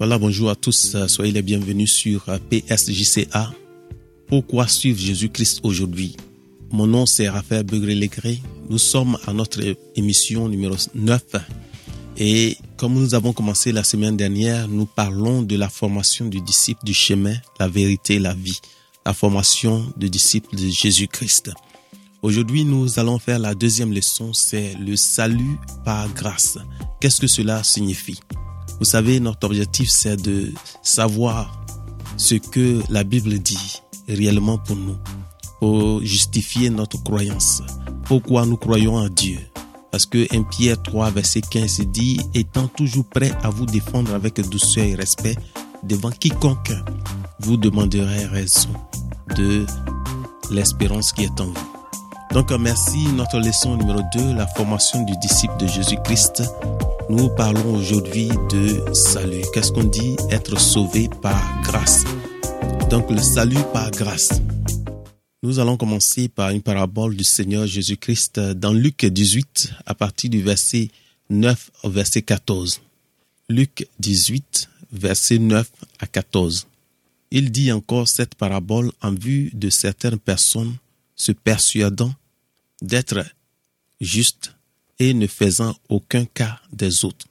Voilà, bonjour à tous, soyez les bienvenus sur PSJCA. Pourquoi suivre Jésus-Christ aujourd'hui? Mon nom c'est Raphaël Begré-Légré. Nous sommes à notre émission numéro 9 et comme nous avons commencé la semaine dernière, nous parlons de la formation du disciple du chemin, la vérité et la vie. La formation du disciple de Jésus-Christ. Aujourd'hui, nous allons faire la deuxième leçon, c'est le salut par grâce. Qu'est-ce que cela signifie? Vous savez, notre objectif, c'est de savoir ce que la Bible dit réellement pour nous, pour justifier notre croyance. Pourquoi nous croyons en Dieu? Parce que 1 Pierre 3, verset 15 dit « Étant toujours prêt à vous défendre avec douceur et respect devant quiconque vous demanderait raison de l'espérance qui est en vous. » Donc, merci. Notre leçon numéro 2, la formation du disciple de Jésus-Christ. Nous parlons aujourd'hui de salut. Qu'est-ce qu'on dit? Être sauvé par grâce. Donc, le salut par grâce. Nous allons commencer par une parabole du Seigneur Jésus-Christ dans Luc 18, à partir du verset 9 au verset 14. Luc 18, verset 9 à 14. Il dit encore cette parabole en vue de certaines personnes se persuadant d'être justes et ne faisant aucun cas des autres.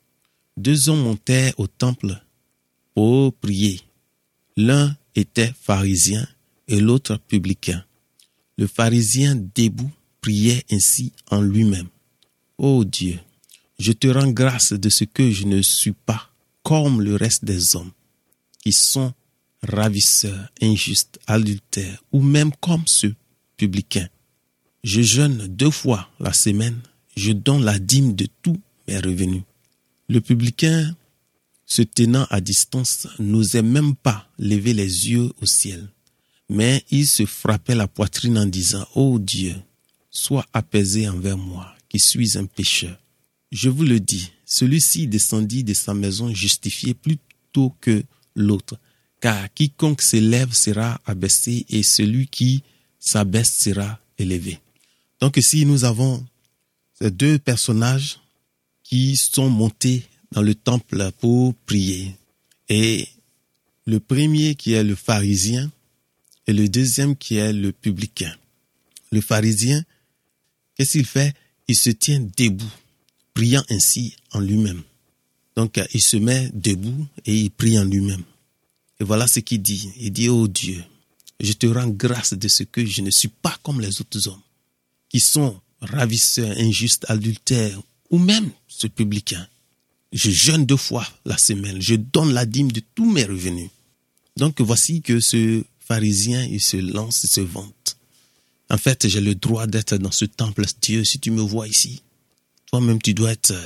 2 hommes montèrent au temple pour prier. L'un était pharisien et l'autre publicain. Le pharisien debout priait ainsi en lui-même. « Ô Dieu, je te rends grâce de ce que je ne suis pas comme le reste des hommes, qui sont ravisseurs, injustes, adultères, ou même comme ce publicain. Je jeûne 2 fois la semaine, je donne la dîme de tous mes revenus. » Le publicain, se tenant à distance, n'osait même pas lever les yeux au ciel. Mais il se frappait la poitrine en disant « Ô Dieu, sois apaisé envers moi, qui suis un pécheur. » Je vous le dis, celui-ci descendit de sa maison justifié plutôt que l'autre, car quiconque s'élève sera abaissé et celui qui s'abaisse sera élevé. Donc ici, nous avons ces 2 personnages qui sont montés dans le temple pour prier. Et le premier qui est le pharisien et le deuxième qui est le publicain. Le pharisien, qu'est-ce qu'il fait? Il se tient debout, priant ainsi en lui-même. Donc il se met debout et il prie en lui-même. Et voilà ce qu'il dit. Il dit « Oh Dieu, je te rends grâce de ce que je ne suis pas comme les autres hommes, qui sont ravisseurs, injustes, adultères, ou même ce publicain. Je jeûne 2 fois la semaine, je donne la dîme de tous mes revenus. » Donc voici que ce pharisien, il se lance, il se vante. En fait, j'ai le droit d'être dans ce temple. Dieu, si tu me vois ici, toi-même tu dois être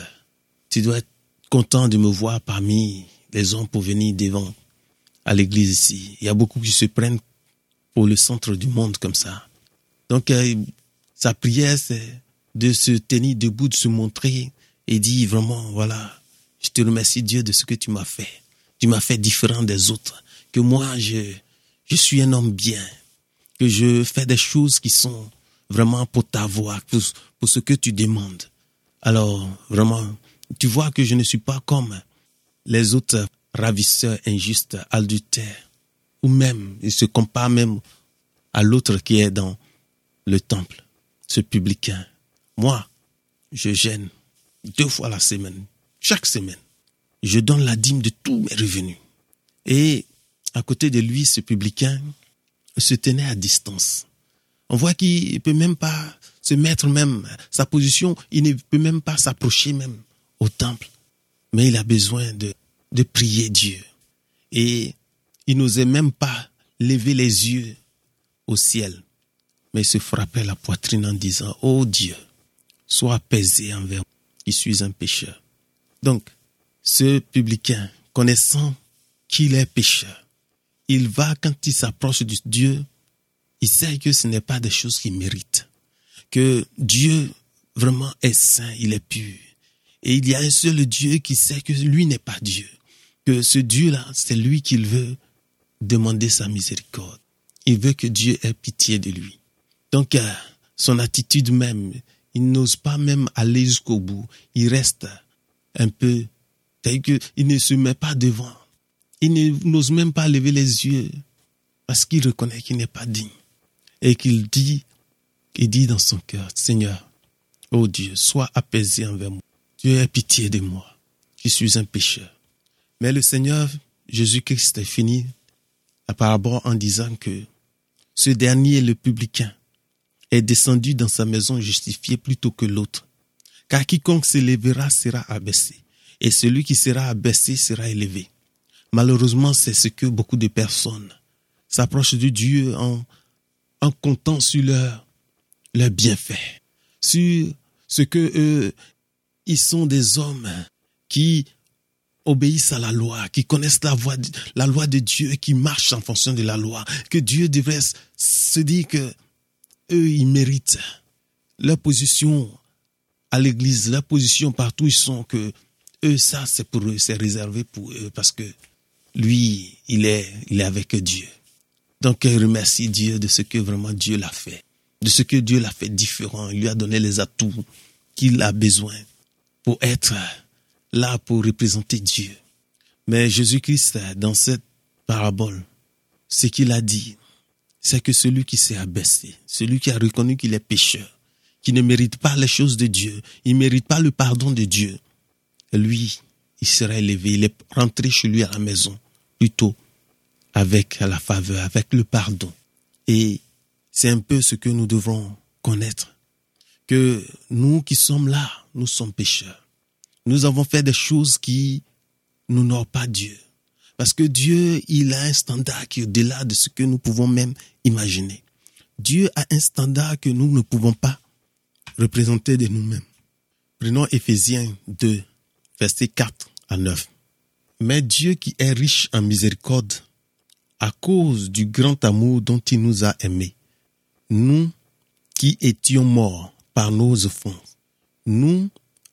content de me voir parmi les hommes pour venir devant à l'église ici. Il y a beaucoup qui se prennent pour le centre du monde comme ça. Donc, sa prière, c'est de se tenir debout, de se montrer et dire vraiment, voilà, je te remercie Dieu de ce que tu m'as fait. Tu m'as fait différent des autres. Que moi, je suis un homme bien. Que je fais des choses qui sont vraiment pour ta voix, pour ce que tu demandes. Alors, vraiment, tu vois que je ne suis pas comme les autres ravisseurs, injustes, adultères. Ou même, il se compare même à l'autre qui est dans le temple, ce publicain. Moi, je jeûne 2 fois la semaine, chaque semaine. Je donne la dîme de tous mes revenus. Et à côté de lui, ce publicain se tenait à distance. On voit qu'il ne peut même pas se mettre même, sa position, il ne peut même pas s'approcher même au temple. Mais il a besoin de prier Dieu. Et il n'osait même pas lever les yeux au ciel. Mais il se frappait la poitrine en disant « Oh Dieu, sois apaisé envers moi, qui suis un pécheur. » Donc, ce publicain, connaissant qu'il est pécheur, il va, quand il s'approche de Dieu, il sait que ce n'est pas des choses qu'il mérite. Que Dieu vraiment est saint, il est pur. Et il y a un seul Dieu qui sait que lui n'est pas Dieu. Que ce Dieu-là, c'est lui qu'il veut demander sa miséricorde. Il veut que Dieu ait pitié de lui. Donc, son attitude même, il n'ose pas même aller jusqu'au bout. Il reste un peu, c'est-à-dire qu'il ne se met pas devant. n'ose même pas lever les yeux parce qu'il reconnaît qu'il n'est pas digne. Et qu'il dit dans son cœur, Seigneur, oh Dieu, sois apaisé envers moi. Dieu ait pitié de moi. Je suis un pécheur. Mais le Seigneur Jésus-Christ finit la parabole en disant que ce dernier, le publicain, est descendu dans sa maison justifié plutôt que l'autre. Car quiconque s'élèvera sera abaissé, et celui qui sera abaissé sera élevé. Malheureusement, c'est ce que beaucoup de personnes s'approchent de Dieu en comptant sur leurs bienfaits, sur ce que ils sont des hommes qui obéissent à la loi, qui connaissent la loi de Dieu et qui marchent en fonction de la loi, que Dieu devrait se dire que eux, ils méritent leur position à l'église, leur position partout où ils sont, que eux, ça, c'est pour eux, c'est réservé pour eux, parce que lui, il est avec Dieu. Donc, il remercie Dieu de ce que vraiment Dieu l'a fait, de ce que Dieu l'a fait différent. Il lui a donné les atouts qu'il a besoin pour être là, pour représenter Dieu. Mais Jésus-Christ, dans cette parabole, ce qu'il a dit, c'est que celui qui s'est abaissé, celui qui a reconnu qu'il est pécheur, qui ne mérite pas les choses de Dieu, il ne mérite pas le pardon de Dieu, lui, il sera élevé, il est rentré chez lui à la maison, plutôt avec la faveur, avec le pardon. Et c'est un peu ce que nous devons connaître, que nous qui sommes là, nous sommes pécheurs. Nous avons fait des choses qui n'honorent pas Dieu. Parce que Dieu, il a un standard qui est au-delà de ce que nous pouvons même imaginer. Dieu a un standard que nous ne pouvons pas représenter de nous-mêmes. Prenons Éphésiens 2, versets 4 à 9. Mais Dieu qui est riche en miséricorde, à cause du grand amour dont il nous a aimés, nous qui étions morts par nos offenses, nous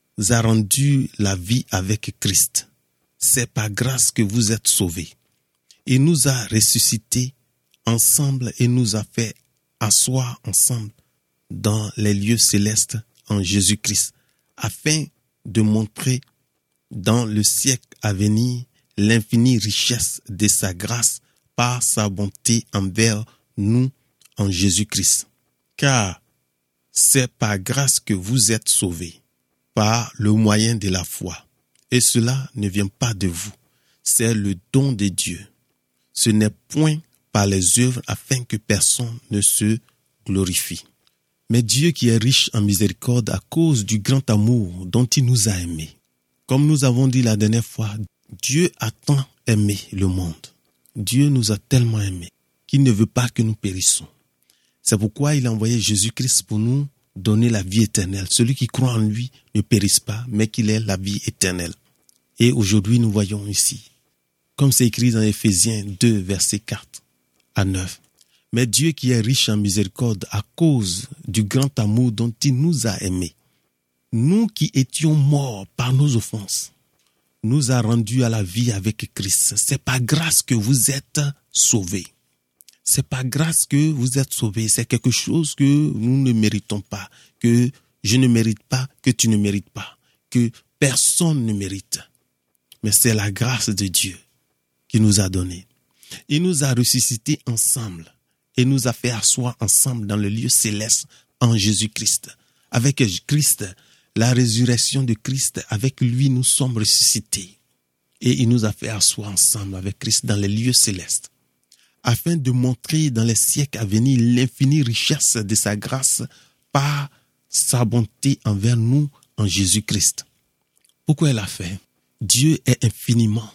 a rendu la vie avec Christ. C'est par grâce que vous êtes sauvés. Il nous a ressuscités ensemble et nous a fait asseoir ensemble dans les lieux célestes en Jésus-Christ, afin de montrer dans le siècle à venir l'infinie richesse de sa grâce par sa bonté envers nous en Jésus-Christ. Car c'est par grâce que vous êtes sauvés, par le moyen de la foi. Et cela ne vient pas de vous, c'est le don de Dieu. Ce n'est point par les œuvres afin que personne ne se glorifie. Mais Dieu qui est riche en miséricorde à cause du grand amour dont il nous a aimés. Comme nous avons dit la dernière fois, Dieu a tant aimé le monde. Dieu nous a tellement aimés qu'il ne veut pas que nous périssions. C'est pourquoi il a envoyé Jésus-Christ pour nous donner la vie éternelle. Celui qui croit en lui ne périsse pas, mais qu'il ait la vie éternelle. Et aujourd'hui, nous voyons ici, comme c'est écrit dans Éphésiens 2, versets 4 à 9. Mais Dieu qui est riche en miséricorde à cause du grand amour dont il nous a aimés, nous qui étions morts par nos offenses, nous a rendus à la vie avec Christ. C'est par grâce que vous êtes sauvés. C'est par grâce que vous êtes sauvés. C'est quelque chose que nous ne méritons pas, que je ne mérite pas, que tu ne mérites pas, que personne ne mérite. Mais c'est la grâce de Dieu qui nous a donné. Il nous a ressuscités ensemble et nous a fait asseoir ensemble dans le lieu céleste en Jésus-Christ. Avec Christ, la résurrection de Christ, avec lui nous sommes ressuscités. Et il nous a fait asseoir ensemble avec Christ dans les lieux célestes, afin de montrer dans les siècles à venir l'infinie richesse de sa grâce par sa bonté envers nous en Jésus-Christ. Pourquoi elle a fait? Dieu est infiniment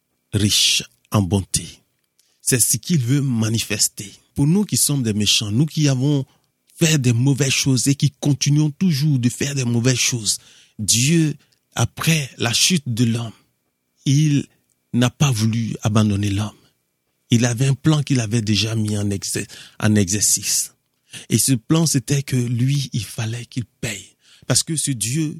riche en bonté. C'est ce qu'il veut manifester. Pour nous qui sommes des méchants, nous qui avons fait des mauvaises choses et qui continuons toujours de faire des mauvaises choses, Dieu, après la chute de l'homme, il n'a pas voulu abandonner l'homme. Il avait un plan qu'il avait déjà mis en exercice. Et ce plan, c'était que lui, il fallait qu'il paye. Parce que ce Dieu,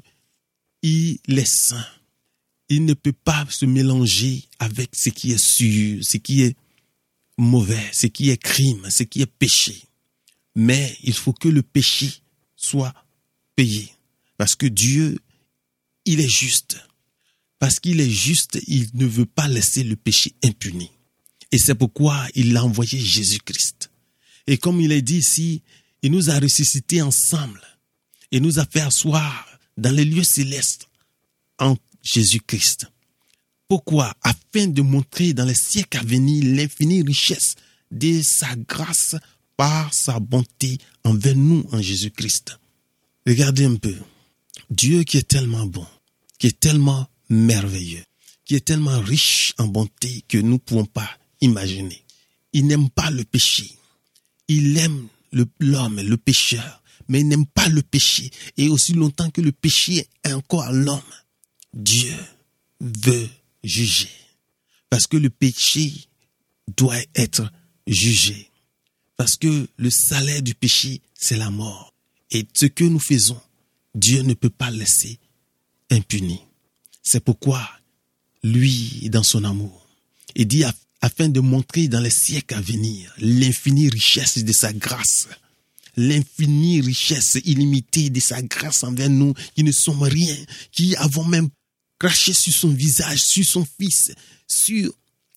il est saint. Il ne peut pas se mélanger avec ce qui est sûr, ce qui est mauvais, ce qui est crime, ce qui est péché. Mais il faut que le péché soit payé. Parce que Dieu, il est juste. Parce qu'il est juste, il ne veut pas laisser le péché impuni. Et c'est pourquoi il a envoyé Jésus-Christ. Et comme il est dit ici, il nous a ressuscités ensemble et nous a fait asseoir dans les lieux célestes en Jésus-Christ. Pourquoi? Afin de montrer dans les siècles à venir l'infinie richesse de sa grâce par sa bonté envers nous en Jésus-Christ. Regardez un peu. Dieu qui est tellement bon, qui est tellement merveilleux, qui est tellement riche en bonté que nous ne pouvons pas imaginer. Il n'aime pas le péché. Il aime l'homme, le pécheur, mais il n'aime pas le péché. Et aussi longtemps que le péché est encore à l'homme, Dieu veut juger. Parce que le péché doit être jugé. Parce que le salaire du péché, c'est la mort. Et ce que nous faisons, Dieu ne peut pas laisser impuni. C'est pourquoi, lui, dans son amour, il dit afin de montrer dans les siècles à venir l'infinie richesse de sa grâce, l'infinie richesse illimitée de sa grâce envers nous, qui ne sommes rien, qui avons même craché sur son visage, sur son fils, sur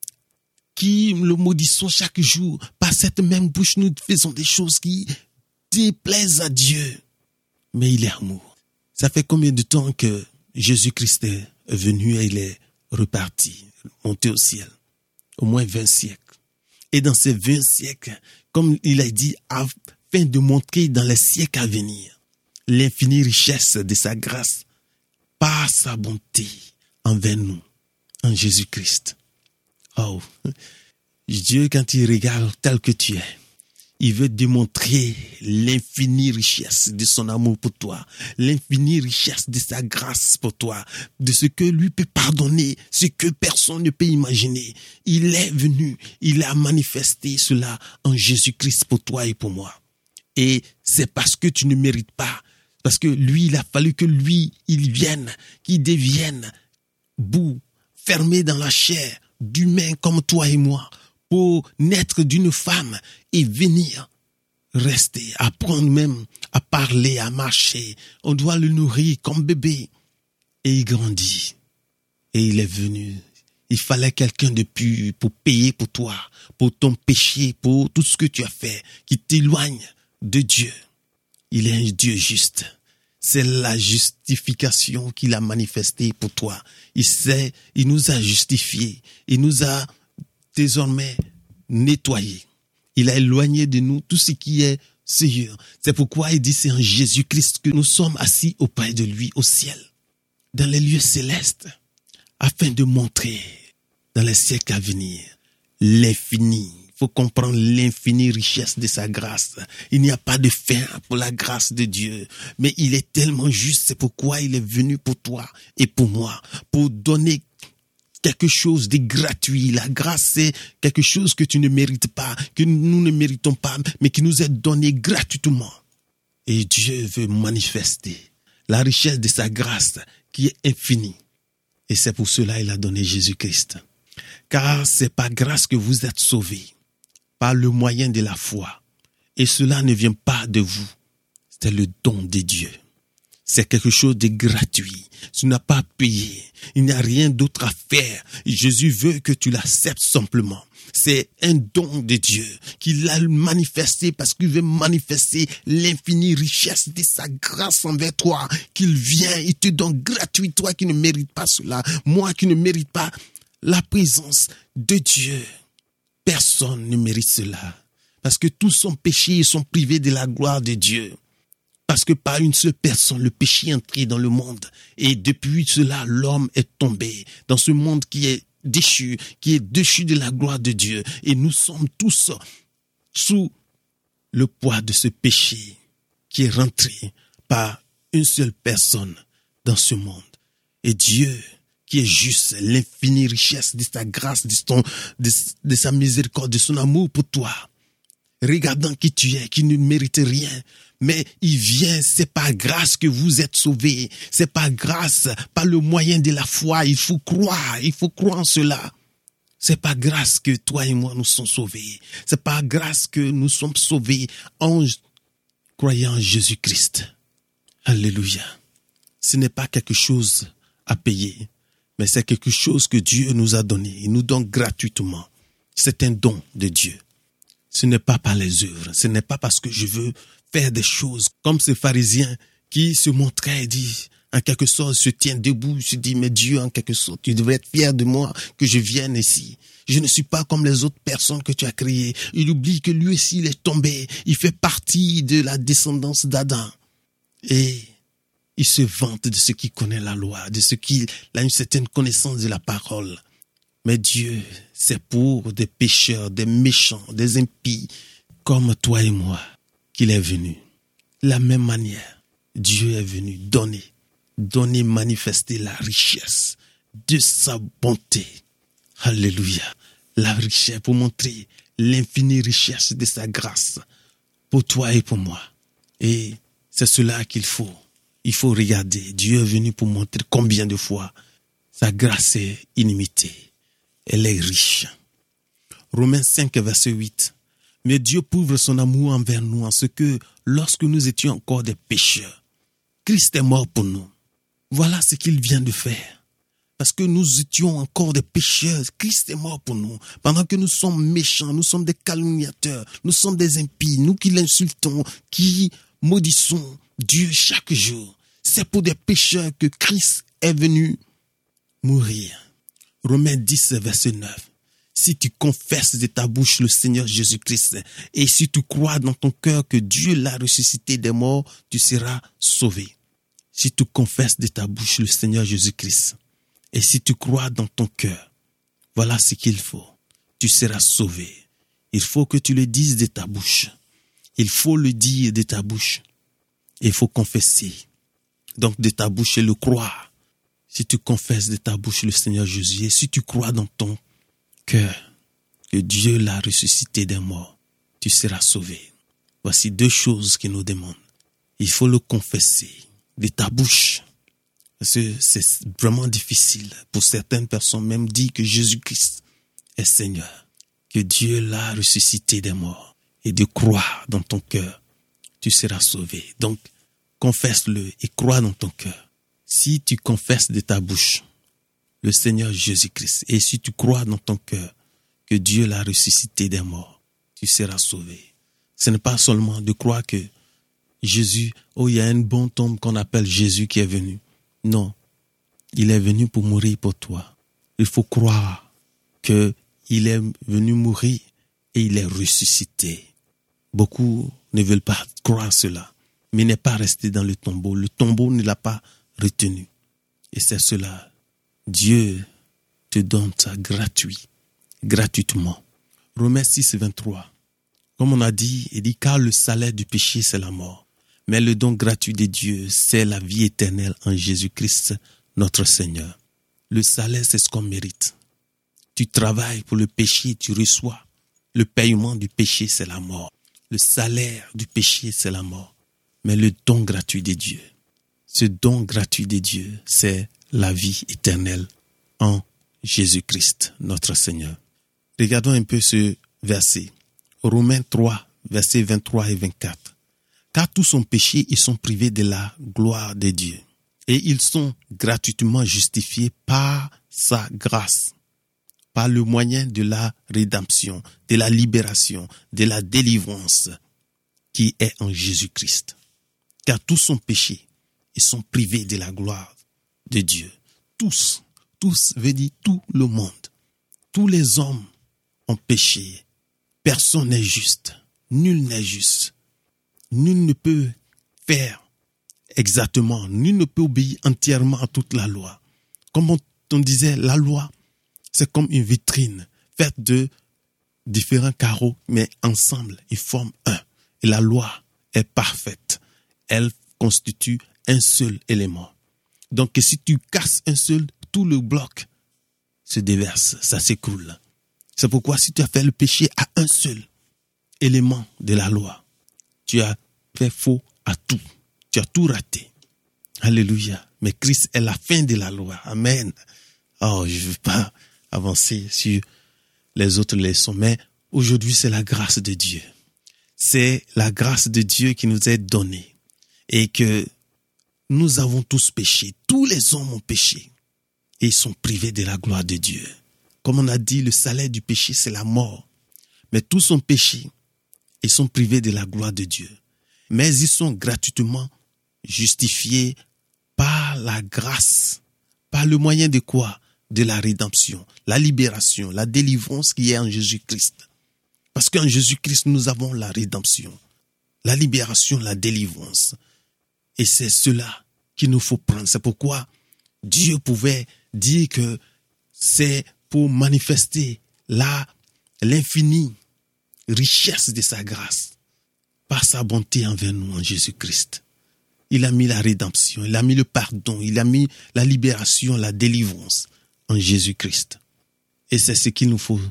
qui le maudissons chaque jour. Par cette même bouche, nous faisons des choses qui déplaisent à Dieu. Mais il est amour. Ça fait combien de temps que Jésus-Christ est venu et il est reparti, monté au ciel? Au moins 20 siècles. Et dans ces 20 siècles, comme il a dit, afin de montrer dans les siècles à venir l'infinie richesse de sa grâce par sa bonté envers nous, en Jésus-Christ. Oh, Dieu, quand il regarde tel que tu es, il veut démontrer l'infinie richesse de son amour pour toi, l'infinie richesse de sa grâce pour toi, de ce que lui peut pardonner, ce que personne ne peut imaginer. Il est venu, il a manifesté cela en Jésus-Christ pour toi et pour moi. Et c'est parce que tu ne mérites pas, parce que lui, il a fallu que lui, il vienne, qu'il devienne bout, fermé dans la chair, d'humain comme toi et moi, pour naître d'une femme et venir rester, apprendre même à parler, à marcher. On doit le nourrir comme bébé. Et il grandit. Et il est venu. Il fallait quelqu'un de pur pour payer pour toi, pour ton péché, pour tout ce que tu as fait, qui t'éloigne de Dieu. Il est un Dieu juste. C'est la justification qu'il a manifestée pour toi. Il nous a justifiés. Il nous a désormais nettoyés. Il a éloigné de nous tout ce qui est souillure. C'est pourquoi il dit c'est en Jésus-Christ que nous sommes assis auprès de lui au ciel, dans les lieux célestes, afin de montrer dans les siècles à venir l'infini. Il faut comprendre l'infinie richesse de sa grâce. Il n'y a pas de fin pour la grâce de Dieu, mais il est tellement juste. C'est pourquoi il est venu pour toi et pour moi, pour donner quelque chose de gratuit. La grâce, c'est quelque chose que tu ne mérites pas, que nous ne méritons pas, mais qui nous est donné gratuitement. Et Dieu veut manifester la richesse de sa grâce qui est infinie. Et c'est pour cela qu'il a donné Jésus-Christ. Car c'est par grâce que vous êtes sauvés, par le moyen de la foi. Et cela ne vient pas de vous. C'est le don de Dieu. C'est quelque chose de gratuit. Tu n'as pas payé. Il n'y a rien d'autre à faire. Jésus veut que tu l'acceptes simplement. C'est un don de Dieu qu'il a manifesté parce qu'il veut manifester l'infinie richesse de sa grâce envers toi. Qu'il vient, il te donne gratuit, toi qui ne mérites pas cela. Moi qui ne mérite pas la présence de Dieu. Personne ne mérite cela. Parce que tous sont péchés et sont privés de la gloire de Dieu. Parce que par une seule personne, le péché est entré dans le monde. Et depuis cela, l'homme est tombé dans ce monde qui est déchu de la gloire de Dieu. Et nous sommes tous sous le poids de ce péché qui est rentré par une seule personne dans ce monde. Et Dieu, qui est juste, l'infinie richesse de sa grâce, de sa miséricorde, de son amour pour toi, regardant qui tu es, qui ne mérite rien, mais il vient, c'est par grâce que vous êtes sauvés, c'est par grâce, par le moyen de la foi, il faut croire en cela. C'est par grâce que toi et moi nous sommes sauvés, c'est par grâce que nous sommes sauvés en croyant en Jésus-Christ. Alléluia. Ce n'est pas quelque chose à payer, mais c'est quelque chose que Dieu nous a donné. Il nous donne gratuitement. C'est un don de Dieu. Ce n'est pas par les œuvres. Ce n'est pas parce que je veux faire des choses comme ces pharisiens qui se montraient et disent, en quelque sorte, se tiennent debout, se disent, mais Dieu, en quelque sorte, tu devrais être fier de moi que je vienne ici. Je ne suis pas comme les autres personnes que tu as créées. Il oublie que lui aussi, il est tombé. Il fait partie de la descendance d'Adam. Et il se vante de ce qui connaît la loi, de ce qui a une certaine connaissance de la parole. Mais Dieu, c'est pour des pécheurs, des méchants, des impies, comme toi et moi, qu'il est venu. De la même manière, Dieu est venu donner, manifester la richesse de sa bonté. Alléluia. La richesse pour montrer l'infinie richesse de sa grâce pour toi et pour moi. Et c'est cela qu'il faut. Il faut regarder. Dieu est venu pour montrer combien de fois sa grâce est illimitée. Elle est riche. Romains 5, verset 8. Mais Dieu prouve son amour envers nous en ce que, lorsque nous étions encore des pécheurs, Christ est mort pour nous. Voilà ce qu'il vient de faire. Parce que nous étions encore des pécheurs, Christ est mort pour nous. Pendant que nous sommes méchants, nous sommes des calomniateurs, nous sommes des impies, nous qui l'insultons, qui maudissons Dieu chaque jour. C'est pour des pécheurs que Christ est venu mourir. Romains 10, verset 9. Si tu confesses de ta bouche le Seigneur Jésus-Christ et si tu crois dans ton cœur que Dieu l'a ressuscité des morts, tu seras sauvé. Si tu confesses de ta bouche le Seigneur Jésus-Christ et si tu crois dans ton cœur, voilà ce qu'il faut. Tu seras sauvé. Il faut que tu le dises de ta bouche. Il faut le dire de ta bouche. Il faut confesser. Donc de ta bouche et le croire. Si tu confesses de ta bouche le Seigneur Jésus et si tu crois dans ton cœur que Dieu l'a ressuscité des morts, tu seras sauvé. Voici deux choses qu'il nous demande. Il faut le confesser de ta bouche. Parce que c'est vraiment difficile pour certaines personnes même dire que Jésus-Christ est Seigneur, que Dieu l'a ressuscité des morts et de croire dans ton cœur, tu seras sauvé. Donc, confesse-le et crois dans ton cœur. Si tu confesses de ta bouche le Seigneur Jésus-Christ et si tu crois dans ton cœur que Dieu l'a ressuscité des morts, tu seras sauvé. Ce n'est pas seulement de croire que Jésus, il y a un bon tombe qu'on appelle Jésus qui est venu. Non, il est venu pour mourir pour toi. Il faut croire qu'il est venu mourir et il est ressuscité. Beaucoup ne veulent pas croire cela, mais il n'est pas resté dans le tombeau. Le tombeau ne l'a pas retenu. Et c'est cela. Dieu te donne ça gratuitement. Romains 6, 23. Comme on a dit, il dit, car le salaire du péché, c'est la mort. Mais le don gratuit de Dieu, c'est la vie éternelle en Jésus-Christ, notre Seigneur. Le salaire, c'est ce qu'on mérite. Tu travailles pour le péché, tu reçois. Le paiement du péché, c'est la mort. Le salaire du péché, c'est la mort. Mais le don gratuit de Dieu, ce don gratuit de Dieu, c'est la vie éternelle en Jésus-Christ, notre Seigneur. Regardons un peu ce verset. Romains 3, versets 23 et 24. Car tous sont péchés, ils sont privés de la gloire de Dieu. Et ils sont gratuitement justifiés par sa grâce, par le moyen de la rédemption, de la libération, de la délivrance qui est en Jésus-Christ. Car tous sont péchés, ils sont privés de la gloire de Dieu. Tous veut dire tout le monde. Tous les hommes ont péché. Personne n'est juste. Nul n'est juste. Nul ne peut faire exactement. Nul ne peut obéir entièrement à toute la loi. Comme on disait, la loi, c'est comme une vitrine faite de différents carreaux, mais ensemble, ils forment un. Et la loi est parfaite. Elle constitue un seul élément. Donc, si tu casses un seul, tout le bloc se déverse, ça s'écroule. C'est pourquoi si tu as fait le péché à un seul élément de la loi, tu as fait faux à tout. Tu as tout raté. Alléluia. Mais Christ est la fin de la loi. Amen. Oh, je ne veux pas avancer sur les autres leçons, mais aujourd'hui, c'est la grâce de Dieu. C'est la grâce de Dieu qui nous est donnée et que nous avons tous péché. Tous les hommes ont péché. et ils sont privés de la gloire de Dieu. Comme on a dit, le salaire du péché, c'est la mort. Mais tous sont péchés, ils sont privés de la gloire de Dieu. Mais ils sont gratuitement justifiés par la grâce, par le moyen de quoi? De la rédemption, la libération, la délivrance qui est en Jésus-Christ. Parce qu'en Jésus-Christ, nous avons la rédemption, la libération, la délivrance. Et c'est cela qu'il nous faut prendre. C'est pourquoi Dieu pouvait dire que c'est pour manifester l'infinie richesse de sa grâce par sa bonté envers nous en Jésus-Christ. Il a mis la rédemption, il a mis le pardon, il a mis la libération, la délivrance en Jésus-Christ. Et c'est ce qu'il nous faut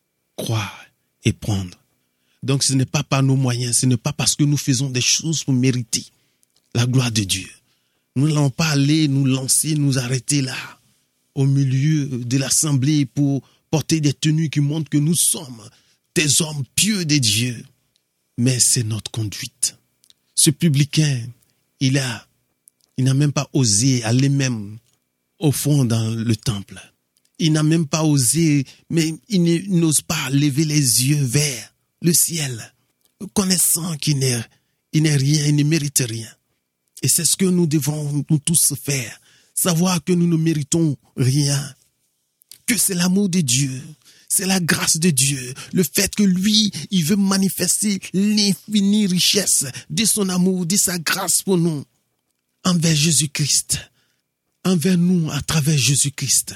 croire et prendre. Donc ce n'est pas par nos moyens, ce n'est pas parce que nous faisons des choses pour mériter la gloire de Dieu. Nous n'allons pas aller nous lancer, nous arrêter là, au milieu de l'assemblée pour porter des tenues qui montrent que nous sommes des hommes pieux de Dieu. Mais c'est notre conduite. Ce publicain, il n'a même pas osé aller même au fond dans le temple. Il n'a même pas osé, mais il n'ose pas lever les yeux vers le ciel, connaissant qu'il n'est rien, il ne mérite rien. Et c'est ce que nous devons nous tous faire, savoir que nous ne méritons rien, que c'est l'amour de Dieu, c'est la grâce de Dieu, le fait que lui, il veut manifester l'infinie richesse de son amour, de sa grâce pour nous, envers Jésus-Christ, envers nous à travers Jésus-Christ.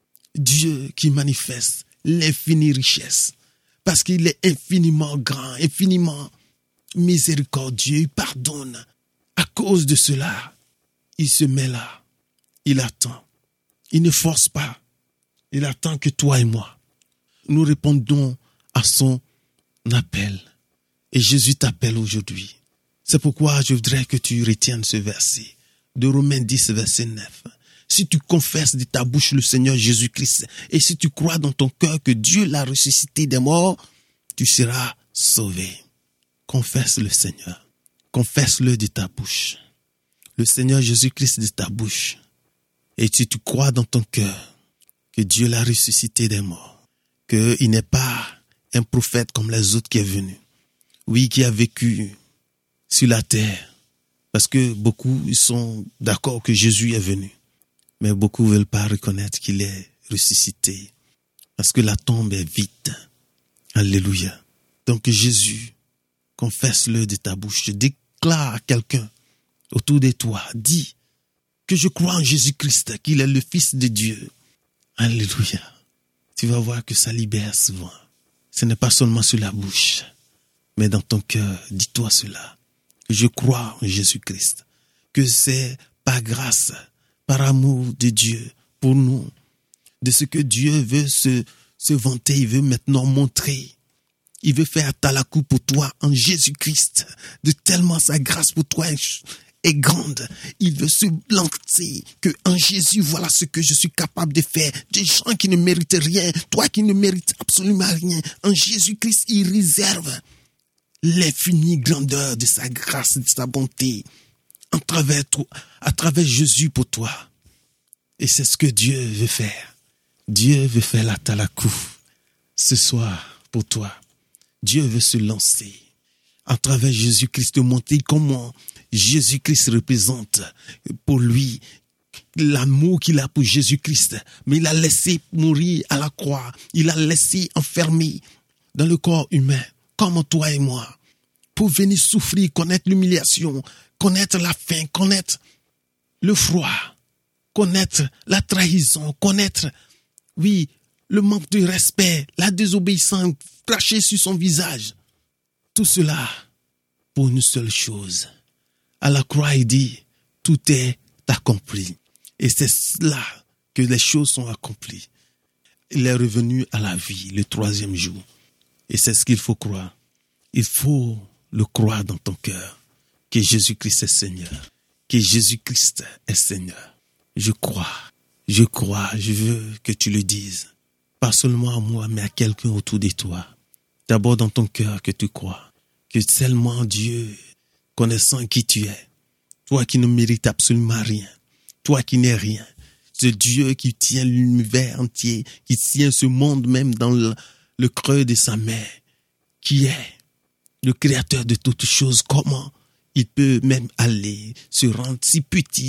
Dieu qui manifeste l'infinie richesse, parce qu'il est infiniment grand, infiniment miséricordieux, il pardonne. À cause de cela, il se met là, il attend, il ne force pas, il attend que toi et moi, nous répondons à son appel. Et Jésus t'appelle aujourd'hui. C'est pourquoi je voudrais que tu retiennes ce verset de Romains 10, verset 9. Si tu confesses de ta bouche le Seigneur Jésus-Christ et si tu crois dans ton cœur que Dieu l'a ressuscité des morts, tu seras sauvé. Confesse le Seigneur. Confesse-le de ta bouche. Le Seigneur Jésus-Christ de ta bouche. Et si tu crois dans ton cœur que Dieu l'a ressuscité des morts, qu'il n'est pas un prophète comme les autres qui est venu. Oui, qui a vécu sur la terre. Parce que beaucoup ils sont d'accord que Jésus est venu. Mais beaucoup ne veulent pas reconnaître qu'il est ressuscité. Parce que la tombe est vide. Alléluia. Donc Jésus, confesse-le de ta bouche. Déclare à quelqu'un autour de toi. Dis que je crois en Jésus-Christ, qu'il est le Fils de Dieu. Alléluia. Tu vas voir que ça libère souvent. Ce n'est pas seulement sur la bouche, mais dans ton cœur. Dis-toi cela. Que je crois en Jésus-Christ. Que c'est par grâce, par amour de Dieu pour nous, de ce que Dieu veut se vanter, il veut maintenant montrer. Il veut faire talakou pour toi en Jésus-Christ. De tellement sa grâce pour toi est grande. Il veut se lancer que en Jésus, voilà ce que je suis capable de faire. Des gens qui ne méritent rien, toi qui ne mérites absolument rien. En Jésus-Christ, il réserve l'infinie grandeur de sa grâce, de sa bonté à travers Jésus pour toi. Et c'est ce que Dieu veut faire. Dieu veut faire la talakou ce soir pour toi. Dieu veut se lancer à travers Jésus-Christ, montrer comment Jésus-Christ représente pour lui l'amour qu'il a pour Jésus-Christ. Mais il a laissé mourir à la croix. Il a laissé enfermer dans le corps humain, comme toi et moi, pour venir souffrir, connaître l'humiliation, connaître la faim, connaître le froid, connaître la trahison, connaître, oui, le manque de respect, la désobéissance crachée sur son visage. Tout cela pour une seule chose. À la croix, il dit, tout est accompli. Et c'est là que les choses sont accomplies. Il est revenu à la vie le 3e jour. Et c'est ce qu'il faut croire. Il faut le croire dans ton cœur. Que Jésus-Christ est Seigneur. Que Jésus-Christ est Seigneur. Je crois, je veux que tu le dises. Pas seulement à moi, mais à quelqu'un autour de toi. D'abord dans ton cœur que tu crois. Que seulement Dieu, connaissant qui tu es, toi qui ne mérites absolument rien, toi qui n'es rien, ce Dieu qui tient l'univers entier, qui tient ce monde même dans le creux de sa main, qui est le créateur de toutes choses. Comment il peut même aller se rendre si petit,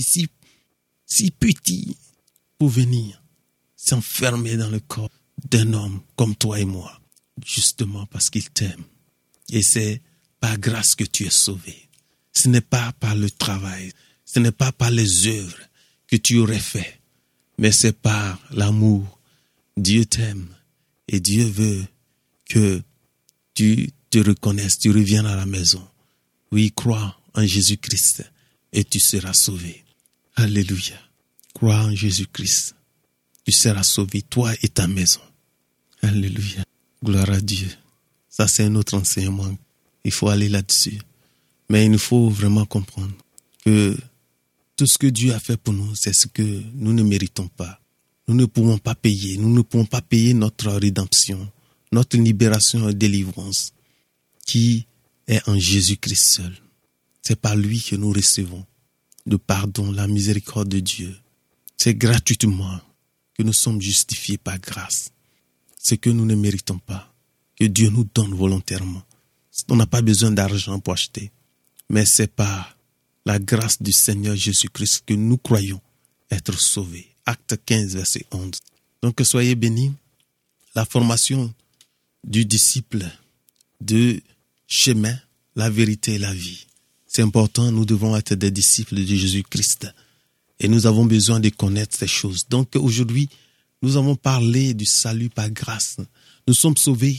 si petit, pour venir s'enfermer dans le corps d'un homme comme toi et moi, justement parce qu'il t'aime. Et c'est par grâce que tu es sauvé. Ce n'est pas par le travail, ce n'est pas par les œuvres que tu aurais fait, mais c'est par l'amour. Dieu t'aime et Dieu veut que tu te reconnaisses, tu reviennes à la maison. Oui, crois en Jésus-Christ et tu seras sauvé. Alléluia. Crois en Jésus-Christ. Tu seras sauvé, toi et ta maison. Alléluia. Gloire à Dieu. Ça, c'est un autre enseignement. Il faut aller là-dessus. Mais il nous faut vraiment comprendre que tout ce que Dieu a fait pour nous, c'est ce que nous ne méritons pas. Nous ne pouvons pas payer. Nous ne pouvons pas payer notre rédemption, notre libération et délivrance qui est en Jésus-Christ seul. C'est par lui que nous recevons le pardon, la miséricorde de Dieu. C'est gratuitement que nous sommes justifiés par grâce. Ce que nous ne méritons pas, que Dieu nous donne volontairement. On n'a pas besoin d'argent pour acheter, mais c'est par la grâce du Seigneur Jésus-Christ que nous croyons être sauvés. Acte 15, verset 11. Donc soyez bénis. La formation du disciple de chemin, la vérité et la vie. C'est important, nous devons être des disciples de Jésus-Christ. Et nous avons besoin de connaître ces choses. Donc aujourd'hui, nous avons parlé du salut par grâce. Nous sommes sauvés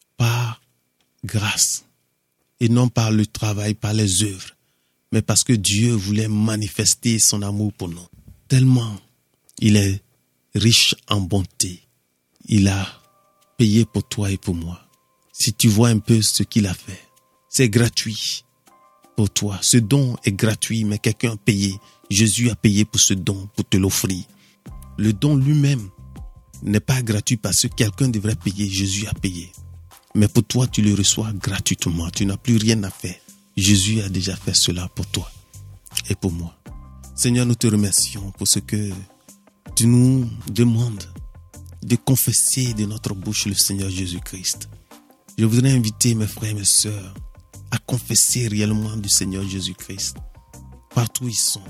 par grâce. Et non par le travail, par les œuvres. Mais parce que Dieu voulait manifester son amour pour nous. Tellement il est riche en bonté. Il a payé pour toi et pour moi. Si tu vois un peu ce qu'il a fait, c'est gratuit pour toi. Ce don est gratuit, mais quelqu'un a payé. Jésus a payé pour ce don, pour te l'offrir. Le don lui-même n'est pas gratuit parce que quelqu'un devrait payer. Jésus a payé. Mais pour toi, tu le reçois gratuitement. Tu n'as plus rien à faire. Jésus a déjà fait cela pour toi et pour moi. Seigneur, nous te remercions pour ce que tu nous demandes de confesser de notre bouche le Seigneur Jésus-Christ. Je voudrais inviter mes frères et mes sœurs à confesser réellement du Seigneur Jésus-Christ partout où ils sont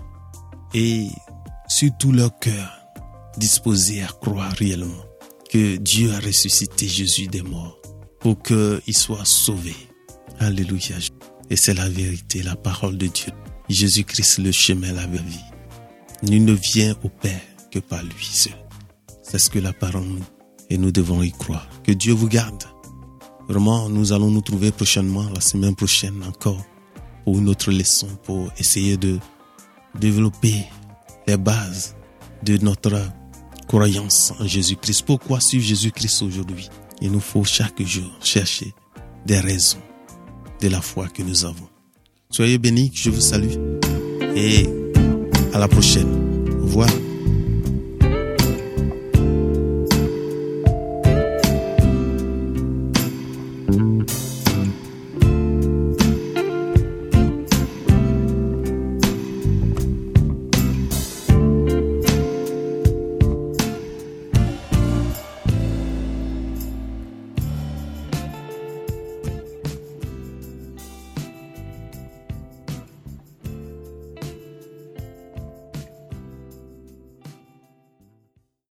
et surtout leur cœur disposé à croire réellement que Dieu a ressuscité Jésus des morts pour qu'il soit sauvé. Alléluia. Et c'est la vérité, la parole de Dieu. Jésus-Christ, le chemin, la vie. Nul ne vient au Père que par lui seul. C'est ce que la parole nous dit et nous devons y croire. Que Dieu vous garde. Vraiment, nous allons nous trouver prochainement, la semaine prochaine encore, pour une autre leçon, pour essayer de développer les bases de notre croyance en Jésus-Christ. Pourquoi suivre Jésus-Christ aujourd'hui? Il nous faut chaque jour chercher des raisons de la foi que nous avons. Soyez bénis, je vous salue et à la prochaine. Au revoir.